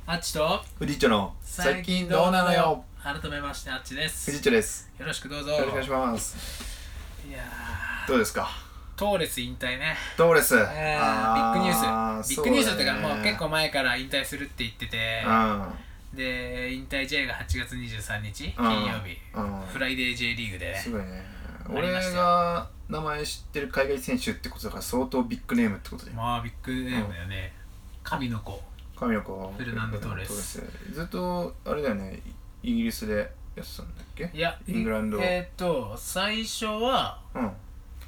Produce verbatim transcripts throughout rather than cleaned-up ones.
あっちとフジッチョの最近どうなのよ。 改めましてあっちですフジッチョです。 よろしくどうぞ。 よろしくお願いします。 いやどうですかトーレス引退ね。 トーレス、 えー、ビッグニュースビッグニュースっていうか、 ね、 もう結構前から引退するって言ってて、 うん、 で引退試合がはちがつにじゅうさんにち金曜日、うん、フライデー J リーグでね。 すごいね。俺が名前知ってる海外選手ってことだから相当ビッグネームってことで。 まあビッグネームだよね、うん、神の子神の子フェルナンド・トーレス。 ずっとあれだよね、イギリスでやってたんだっけ。 いやイングランド。 えー、っと最初は、 うん、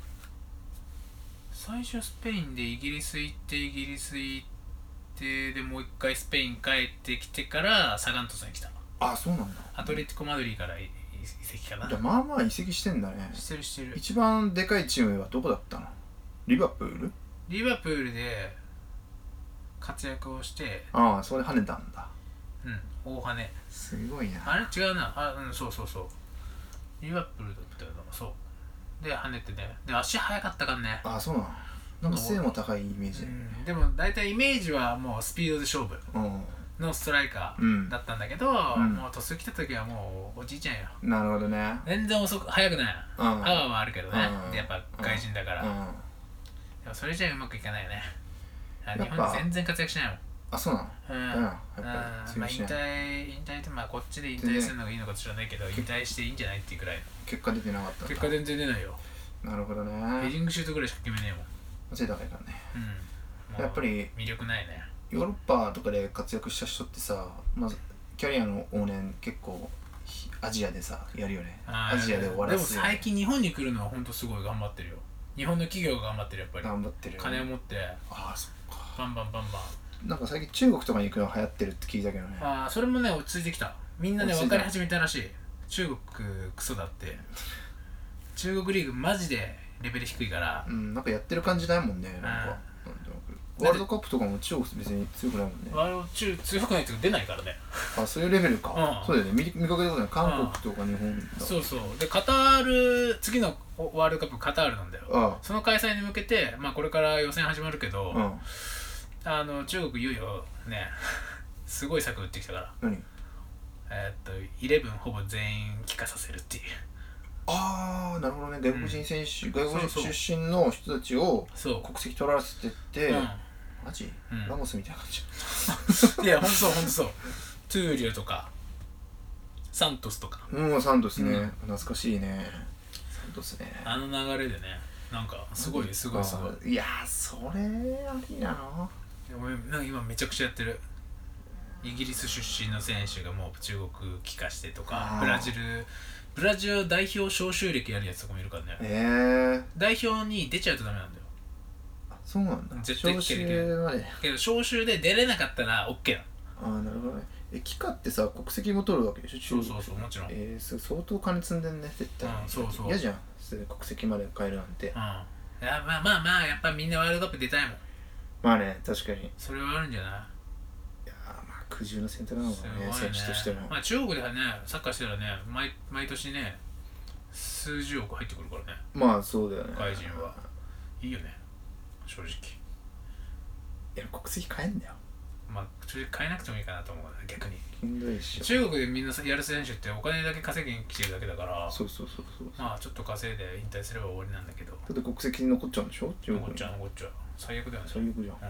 最初スペインでイギリス行ってイギリス行ってでもう一回スペイン帰ってきてからサガントスに来た。 あ、そうなんだ。 アトレティコ・マドリーから移籍かな。 じゃあまあまあ移籍してんだね。 してるしてる。 一番でかいチームはどこだったの？リバプール？ リバプールで活躍をして、 ああ、それ跳ねたんだ。 うん、大跳ね。 すごいな。 あれ違うな。あ、うん、そうそうそう。リバプールだったよな。そうで跳ねてね。で足速かったからね。 ああ、そうなの。なんか背も高いイメージ、 うん、でも大体イメージはもうスピードで勝負のストライカーだったんだけど、うん、もう年来た時はもうおじいちゃんよ。 なるほどね。 全然遅く速くない、うん、パワーはあるけどね、 うん、 でやっぱ外人だから、うん、でもそれじゃうまくいかないよね。日本で全然活躍しないもん。 あ、そうなの。 うん、やっぱり、まあ、引退引退ってまあこっちで引退するのがいいのか知らないけど、引退していいんじゃないっていうくらい。 結果出てなかったんだ。 結果全然出ないよ。 なるほどね。 ヘディングシュートぐらいしか決めねえもん。 背高いからね。うん、やっぱり魅力ないね。 ヨーロッパとかで活躍した人ってさ、まずキャリアの往年結構アジアでさやるよね。アジアで終わらすよ、ね。 でも最近日本に来るのは本当すごい頑張ってるよ。日本の企業が頑張ってる、やっぱり頑張ってる、ね、 金を持って。 ああ、そっか。 バンバンバンバン。 なんか最近中国とかに行くの流行ってるって聞いたけどね。 ああ、それもね落ち着いてきた。みんなね分かり始めたらしい。中国クソだって中国リーグマジでレベル低いから。 うん、なんかやってる感じないもんね。なんかワールドカップとかも中国別に強くないもんね。 ワールド中強くないっていうか出ないからね。 あ、そういうレベルか。うん、そうだよね。見見かけたことない。韓国とか日本だ、 うん、そうそう。でカタール、次のワールドカップカタールなんだよ。ああ、その開催に向けて、まあこれから予選始まるけど、うん、あの中国いよいよねすごい策打ってきたから。 何？ えー、っとじゅういちほぼ全員帰化させるっていう。 ああ、なるほどね。外国人選手、うん、外国人出身の人たちを国籍取らせてって、うん、マジ、うん、ラモスみたいな感じ。 いや、ほんとそう、ほんとそう。トゥーリューとかサントスとか。 うん、サントスね、うん、懐かしいね。サントスね。 あの流れでね、なんかすごいすごいすごい。いやー、それありなの。 俺なんか今めちゃくちゃやってる。イギリス出身の選手がもう中国帰化してとか、ブラジルブラジル代表招集歴やるやつとかもいるからね。 えー、 代表に出ちゃうとダメなんだよ。 あ、そうなんだ。 絶対来てるまでけど招集で出れなかったら OK なの。ああ、なるほどね。え、帰化ってさ、国籍も取るわけでしょ。 そうそうそう、もちろん。 えー、相当金積んでんね、絶対。 うん、そうそう。 嫌じゃん、国籍まで変えるなんて。うん。 いや、まあまあまあ、やっぱみんなワールドカップ出たいもん。 まあね、確かに。 それはあるんじゃない？ いやー、まあ苦渋の選択なのかね、選手としても。 まあ中国ではね、サッカーしてたらね、毎毎年ね、数十億入ってくるからね。 まあそうだよね。 外人はいいよね、正直。いや、国籍変えんだよ。 まあ正直変えなくてもいいかなと思うから、逆に。 しんどいっしょ。 中国でみんなやる選手ってお金だけ稼ぎに来てるだけだから。 そうそうそうそう。 まあちょっと稼いで引退すれば終わりなんだけど。 だって国籍に残っちゃうんでしょ？ 残っちゃう残っちゃう。最悪だよね。 最悪じゃん。うん、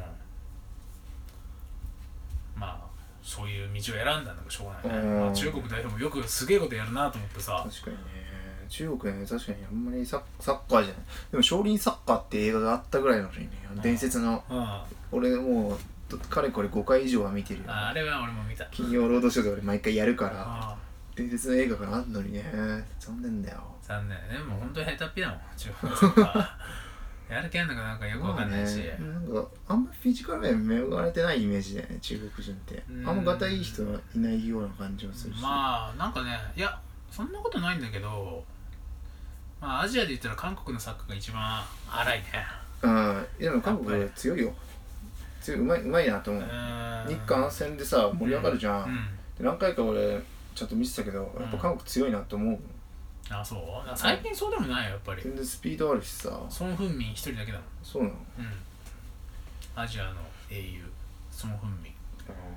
まあそういう道を選んだんだからしょうがないね。まあ、中国代表もよくすげえことやるなと思ってさ。 確かにね。中国ね、確かにあんまりサッ、サッカーじゃない。でも少林サッカーって映画があったぐらいのにね、伝説の。うん、俺もうかれこれごかい以上は見てるよ。 あ, あれは俺も見た。 金曜ロードショーで俺毎回やるから、伝説の映画があるのにね、残念だよ。 残念ね。もう本当に下手っぴだもん、中国サッカー。やる気あるのかなんかよくわかんないし、 まあね、なんかあんまフィジカル面恵まれてないイメージだよね、中国人って。あんまガタいい人はいないような感じもするし。 まあなんかね、いやそんなことないんだけど、まあアジアで言ったら韓国のサッカーが一番荒いね。 うん、でも韓国強いよ。強い、うまい、うまいなと思う。日韓戦でさ、盛り上がるじゃん。うんうん、で何回か俺ちゃんと見てたけど、やっぱ韓国強いなと思う。 あ、そう？最近そうでもないよ、やっぱり。 全然スピードあるしさ。 ソン・フンミン一人だけだもん。 そうなの？ うん。アジアの英雄、ソン・フンミン。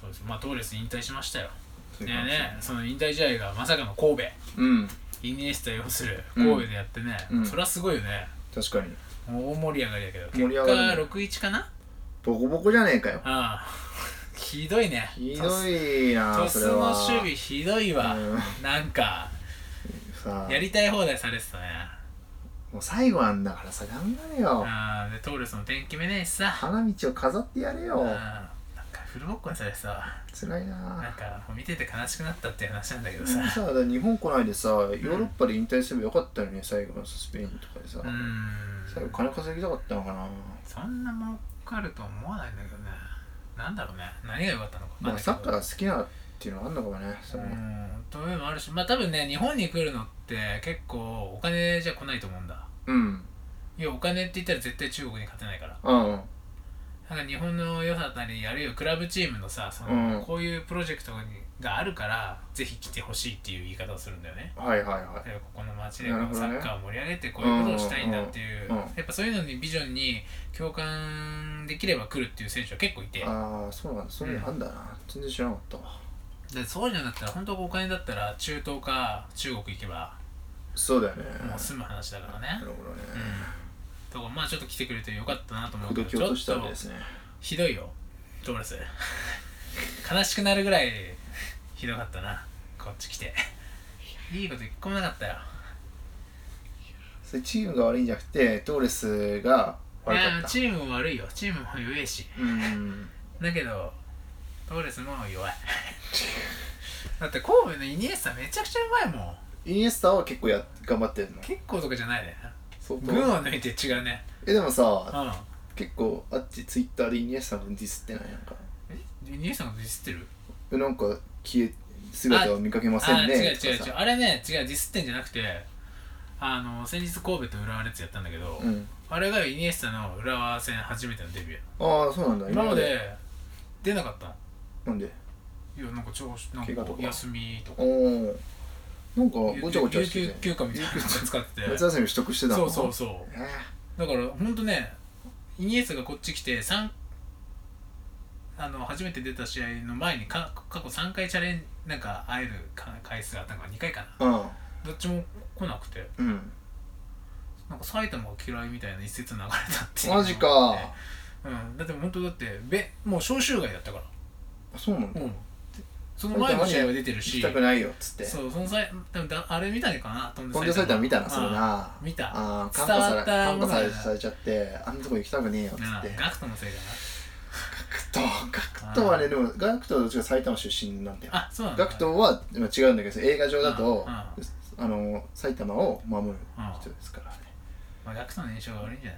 そうです。まあトーレス引退しましたよ。ねえねえ、その引退試合がまさかの神戸、うん、イニエスタ要する神戸でやってね、うん、それはすごいよね。 確かに大盛り上がりだけど、結果 ろくたいいち かな。 ボコボコじゃねえかよ。 ああひどいね。 ひどいなそれは。 トスの守備ひどいわ、うん、なんかさやりたい放題されてたね。 もう最後なんだからさ、頑張れよ。 ああでトーレスの点決めねえしさ、 花道を飾ってやれよ。 フルボッコにされてさ、 辛いな。 なんか見てて悲しくなったっていう話なんだけどさ、 さだ日本来ないでさ、ヨーロッパで引退すればよかったのに、ね、最後のスペインとかでさ、うん、最後金稼ぎたかったのかな。 そんな儲かると思わないんだけどね。なんだろうね、何が良かったのか。 まあサッカーが好きなっていうのはあんのかもね。そのうんというのもあるし、まあ多分ね、日本に来るのって結構お金じゃ来ないと思うんだ。うん。いやお金って言ったら絶対中国に勝てないから。うん。なんか日本の良さだったり、あるいはクラブチームのさ、その、うん、こういうプロジェクトがあるからぜひ来てほしいっていう言い方をするんだよね。はいはいはい。ここの街でサッカーを盛り上げてこういうことをしたいんだっていう、うんうん、やっぱそういうのにビジョンに共感できれば来るっていう選手は結構いて。 ああそうなんだ、そういうのあんだな、うん、全然知らなかったわ。 でそうじゃなかったら本当お金だったら中東か中国行けばそうだよね、 もう済む話だからね。なるほどね。うんだからまあちょっと来てくれてよかったなと思うけど、ちょっとひどいよトーレス悲しくなるぐらいひどかったな。こっち来ていいこと一個もなかったよ。 それチームが悪いんじゃなくてトーレスが悪かった。 いやチームも悪いよ。チームも弱いし、うんだけどトーレスも弱いだって神戸のイニエスタめちゃくちゃうまいもん。 イニエスタは結構や頑張ってるの。 結構とかじゃないね、群を抜いて違うね。 えでもさ、うん、結構あっちツイッターでイニエスタのディスってないなんか。 えイニエスタのディスってる？ えなんか消え姿を見かけませんね。 あ違う違う違うあれね違うディスってんじゃなくて、あの先日神戸と浦和レッズやったんだけど、うん、あれがイニエスタの浦和戦初めてのデビュー。ああそうなんだ。 今まで出なかったの。 なんで？ いやなんか調子なんか休みとか。 おなんかごちゃごちゃしてて有給休暇みたいなの使ってて夏休み取得してたの。 そうそうそう、えー、だからほんとねイニエスタがこっち来てさんあの初めて出た試合の前にか過去さんかいチャレンなんか会える回数があったのがにかいかな、うん、どっちも来なくて、うん、なんか埼玉が嫌いみたいな一節流れたっていう。 マジか。 うん、だって本当だってべもう招集外だったから。 あそうなんだ、うんその前の試合は出てるし。 行きたくないよっつって。 そうその際多分だあれ見たのかな。 飛んで埼玉見たなそれな。 見た。 ああ感化され感化されされちゃってあんなとこ行きたくねえよっつって。 ガクトのせいだな。 ガクトガクトはねでもガクトはどっちか埼玉出身なんだよ。 あそうなんだ。 ガクトは違うんだけど映画上だとあの埼玉を守る人ですからね。 まあガクトの印象が悪いんじゃない。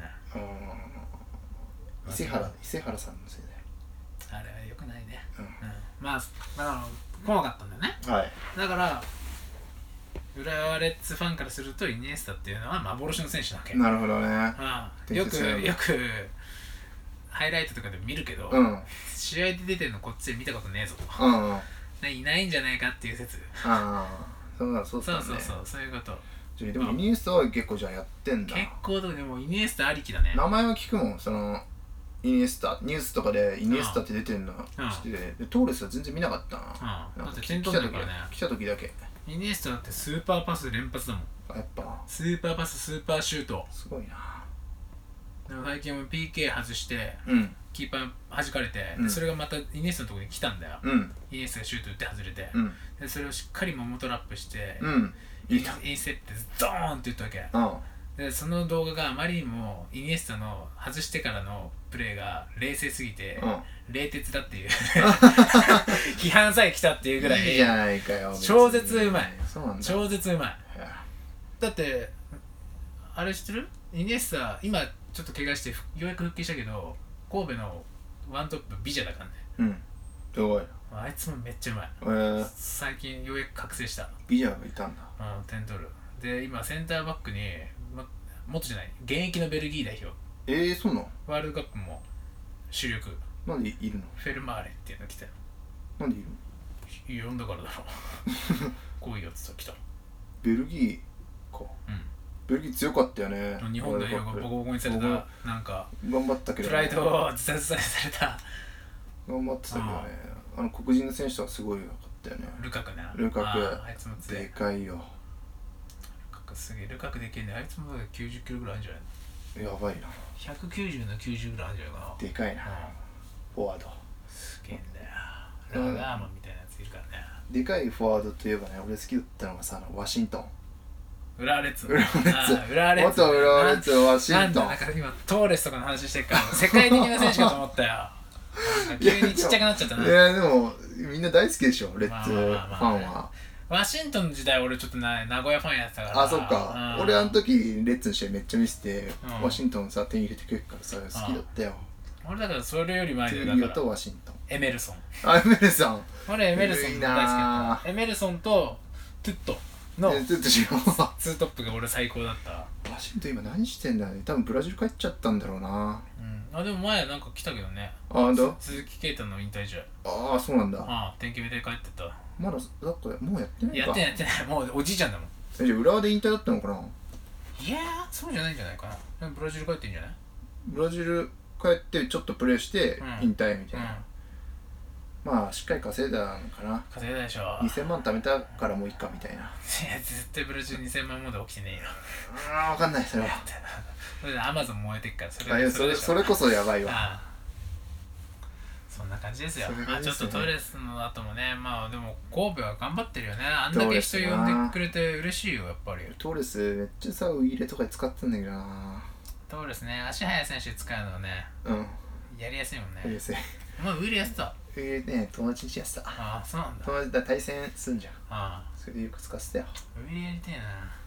伊勢原伊勢原さんのせいで。 あれは良くないね。うんまあだから怖かったんだよね。はい。だから浦和レッズファンからするとイニエスタっていうのは幻の選手なわけ。 なるほどね。 うん、よくよくハイライトとかで見るけど、うん、試合で出てるのこっちで見たことねえぞと、うん、いないんじゃないかっていう説。ああ、そうだそうだね。そうそうそうそういうこと。 でもイニエスタは結構じゃあやってんだ。 結構でもイニエスタありきだね。 名前は聞くもんその。イニエスタニュースとかでイニエスタって出てるのしてて、でトーレスは全然見なかったな。 うん、だって点取ってるからね。 来た時だけ。 イニエスタだってスーパーパス連発だもん。 あやっぱ。 スーパーパススーパーシュート。 すごいな。 でも最近も ピーケー 外して、うん、キーパー弾かれて、うん、それがまたイニエスタのところに来たんだよ。うん、イニエスタがシュート打って外れて、うん、でそれをしっかりモモトラップして、うん、インセップでドーンって打ったわけ。うんでその動画があまりにもイニエスタの外してからのプレーが冷静すぎて、うん、冷徹だっていう批判さえ来たっていうぐらいいいじゃないかよ超絶うまい。 そうなんだ。 超絶うまい。だってあれ知ってる？イニエスタ今ちょっと怪我してようやく復帰したけど神戸のワントップビジャだからね。うんすごい。 あいつもめっちゃうまい、えー、最近ようやく覚醒した。 ビジャがいたんだ。 うん点取る。で今センターバックにま、元じゃない現役のベルギー代表。 えー、そうなの？ ワールドカップも主力。 なんでいるの？ フェルマーレっていうの来たよ。 なんでいるの？呼んだからだろこういうやつと来た。 ベルギーか。うん。ベルギー強かったよね。 日本代表がボコボコにされたなんか頑張ったけど、 ね、プライドをずたずたにされた。 頑張ってたけどね。 あの黒人の選手とかすごい良かったよね。 ルカクね。 ルカクあいつもでかいよ。 ルカクすげえ。ルカクできるね。あいつもきゅうじゅっキロぐらいあるんじゃない？ やばいな。 ひゃくきゅうじゅうのきゅうじゅうぐらいあるんじゃないかな。 でかいな、うん、フォワードすげえんだよ。ラガーマンみたいなやついるからね。 でかいフォワードといえばね、俺好きだったのがさ、ワシントン。 浦和レッズ。 浦和レッズ。 浦和レッズ。 元浦和レッズワシントン。 なんだ、なんか今トーレスとかの話してるから世界的な選手かと思ったよ。なんか急にちっちゃくなっちゃったな。 いやでもみんな大好きでしょ、レッズファンは。 ワシントンの時代俺ちょっとな名古屋ファンやってたから。 あ、そっか、うん、俺あの時レッズの試合めっちゃ見せて、うん、ワシントンさ点入れてくれるからさ好きだったよ。 俺だからそれより前でだからとワシントンエメルソン。 あ、エメルソン。 俺エメルソン大好きだった。エメルソンとトゥットのトゥットしようツートップが俺最高だった。 ワシントン今何してんだね。多分ブラジル帰っちゃったんだろうな。 うん、あでも前なんか来たけどね。 あ、ほんと？ 鈴木啓太の引退試合。 ああ、そうなんだ。 ああ、天気見で帰ってた。 まだだっかもうやってないか。 やってないやってない。もうおじいちゃんだもん。 え、じゃあ浦和で引退だったのかな。 いやーそうじゃないんじゃないかな。ブラジル帰ってんじゃない。 ブラジル帰ってちょっとプレーして引退みたいな、うんうん、まあしっかり稼いだのかな。 稼いだでしょ。 にせんまん貯めたからもういいかみたいな。いや絶対ブラジルにせんまんまで起きてねえよ。 ああ、分かんないそれは。 それでアマゾン燃えてっからそれ。あ、いや、それそれこそやばいわ。ああ、 そんな感じですよ。ですね、まあちょっとトイレスの後もね、まあでも神戸は頑張ってるよね。あんだけ人呼んでくれて嬉しいよやっぱり。 トーレスめっちゃさウイイレとかで使ってたんだけどな。 トーレスね、足速い選手使うのね、うん、やりやすいもんね。 やりやすい。 お前ウイイレやってた？ ウイイレね、友達にしやってた。 ああ、そうなんだ。 友達だ対戦すんじゃん。ああ、 それでよく使ってたよ。 ウイイレやりたいな。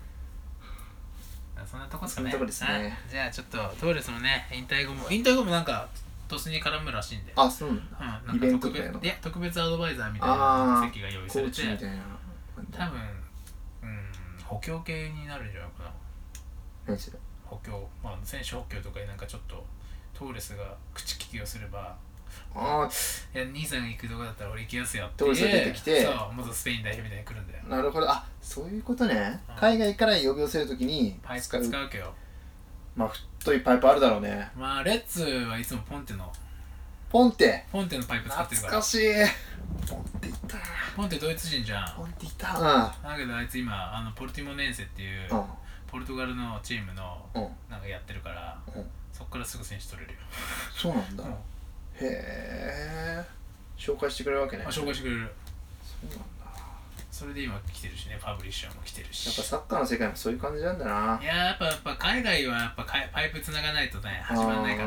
そんなとこっすかね。 そんなとこですね。 じゃあちょっとトーレスもね、引退後も引退後もなんかトスに絡むらしいんで。 あ、そうなんだ。うん、イベントとかやの。 いや、特別アドバイザーみたいな席が用意されて、 みたいな。 多分、うん、補強系になるんじゃないかな。 何それ？ 補強、まあ選手補強とかでなんかちょっとトーレスが口利きをすれば、ああ、いや兄さん行くとこだったら俺行きやすよってトーレスが出てきて、 そう、元スペイン代表みたいに来るんだよ。 なるほど。あ、そういうことね。うん、海外から呼び寄せるときにパイプ使うわけよ。 まあ太いパイプあるだろうね。 まあレッツはいつもポンテのポンテポンテのパイプ使ってるから。 懐かしい。ポンテいた。 ポンテドイツ人じゃん。 ポンテいた。 うん。だけどあいつ今あのポルティモネンセっていう、うん、ポルトガルのチームの、うん、なんかやってるから、うん、そっからすぐ選手取れるよ。 そうなんだ。うん、へえ。紹介してくれるわけね。 あ、紹介してくれる。 そうなんだ。 それで今来てるしね、ファブリッシュも来てるし。 やっぱサッカーの世界もそういう感じなんだな。 いややっぱやっぱ海外はやっぱパイプつながないとね始まんないから、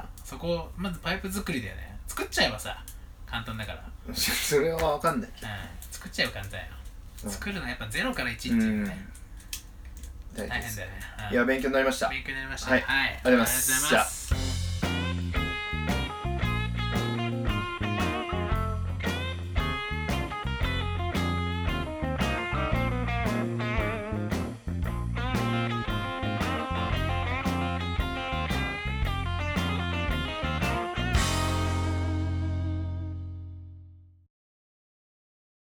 そこまずパイプ作りだよね。作っちゃえばさ簡単だから。 それは分かんない。 うん、作っちゃえば簡単よ。うん、作るのはやっぱゼロからいちっていうね。大変だよね。 いや勉強になりました。 勉強になりました。 はい。 はい、 ありがとうございます。